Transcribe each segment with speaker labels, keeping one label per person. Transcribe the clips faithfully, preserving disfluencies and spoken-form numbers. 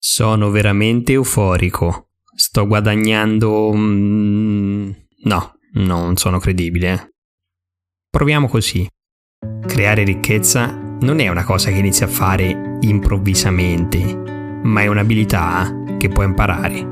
Speaker 1: Sono veramente euforico. Sto guadagnando... Mm, no, non sono credibile. Proviamo così. Creare ricchezza non è una cosa che inizi a fare improvvisamente, ma è un'abilità che puoi imparare.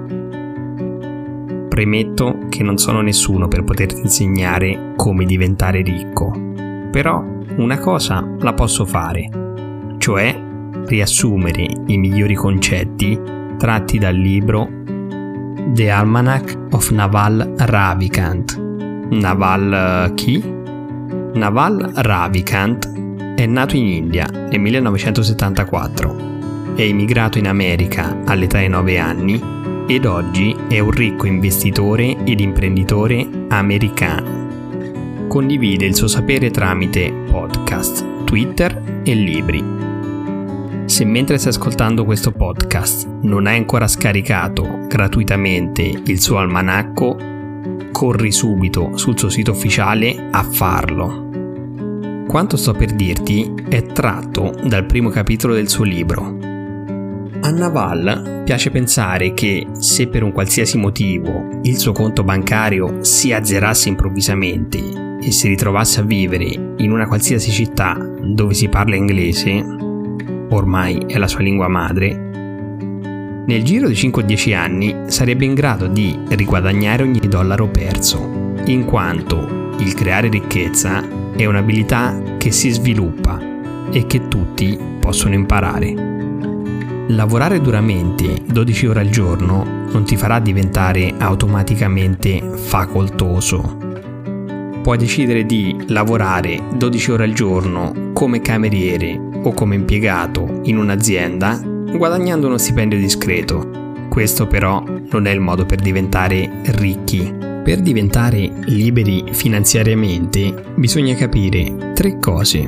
Speaker 1: Premetto che non sono nessuno per poterti insegnare come diventare ricco, però una cosa la posso fare, cioè riassumere i migliori concetti tratti dal libro The Almanac of Naval Ravikant. Naval chi? Naval Ravikant è nato in India nel millenovecentosettantaquattro, è emigrato in America all'età di nove anni ed oggi è un ricco investitore ed imprenditore americano. Condivide il suo sapere tramite podcast, Twitter e libri. Se mentre stai ascoltando questo podcast non hai ancora scaricato gratuitamente il suo almanacco, corri subito sul suo sito ufficiale a farlo. Quanto sto per dirti è tratto dal primo capitolo del suo libro. A Naval piace pensare che se per un qualsiasi motivo il suo conto bancario si azzerasse improvvisamente e si ritrovasse a vivere in una qualsiasi città dove si parla inglese, ormai è la sua lingua madre, nel giro di cinque o dieci anni sarebbe in grado di riguadagnare ogni dollaro perso, in quanto il creare ricchezza è un'abilità che si sviluppa e che tutti possono imparare. Lavorare duramente dodici ore al giorno non ti farà diventare automaticamente facoltoso. Puoi decidere di lavorare dodici ore al giorno come cameriere o come impiegato in un'azienda guadagnando uno stipendio discreto. Questo però non è il modo per diventare ricchi. Per diventare liberi finanziariamente bisogna capire tre cose.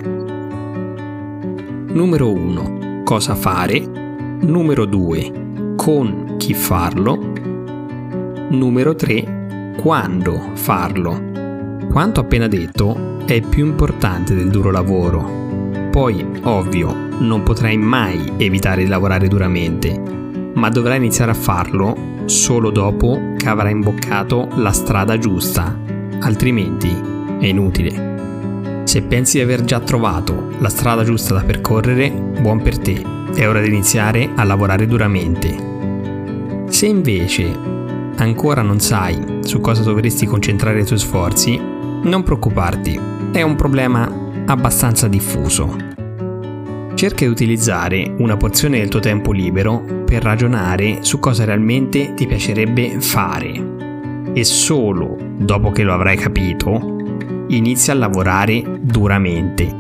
Speaker 1: Numero uno, cosa fare. Numero due, con chi farlo. Numero tre, quando farlo. Quanto appena detto è più importante del duro lavoro. Poi, ovvio, non potrai mai evitare di lavorare duramente, ma dovrai iniziare a farlo solo dopo che avrai imboccato la strada giusta, altrimenti è inutile. Se pensi di aver già trovato la strada giusta da percorrere, buon per te, è ora di iniziare a lavorare duramente. Se invece ancora non sai su cosa dovresti concentrare i tuoi sforzi, non preoccuparti, è un problema abbastanza diffuso. Cerca di utilizzare una porzione del tuo tempo libero per ragionare su cosa realmente ti piacerebbe fare e solo dopo che lo avrai capito inizia a lavorare duramente.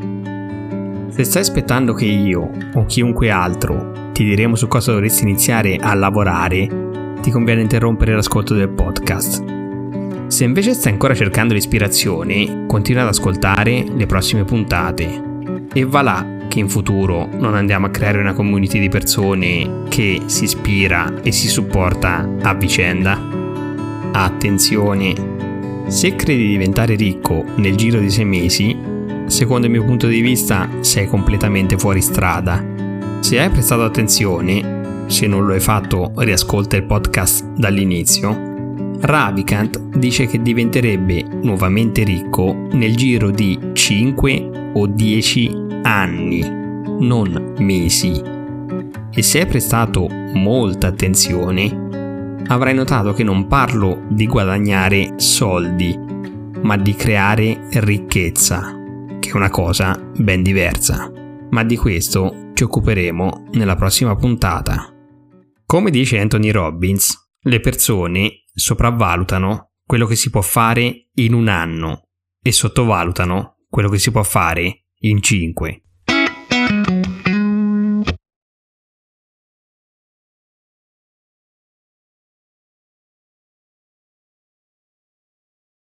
Speaker 1: Se stai aspettando che io o chiunque altro ti diremo su cosa dovresti iniziare a lavorare, ti conviene interrompere l'ascolto del podcast. Se invece stai ancora cercando l'ispirazione, continua ad ascoltare le prossime puntate e va là che in futuro non andiamo a creare una community di persone che si ispira e si supporta a vicenda. Attenzione, se credi di diventare ricco nel giro di sei mesi, secondo il mio punto di vista sei completamente fuori strada. Se hai prestato attenzione, se non lo hai fatto riascolta il podcast dall'inizio. Ravikant dice che diventerebbe nuovamente ricco nel giro di cinque o dieci anni, non mesi. E se hai prestato molta attenzione, avrai notato che non parlo di guadagnare soldi, ma di creare ricchezza, che è una cosa ben diversa. Ma di questo ci occuperemo nella prossima puntata. Come dice Anthony Robbins, le persone sopravvalutano quello che si può fare in un anno e sottovalutano quello che si può fare in cinque.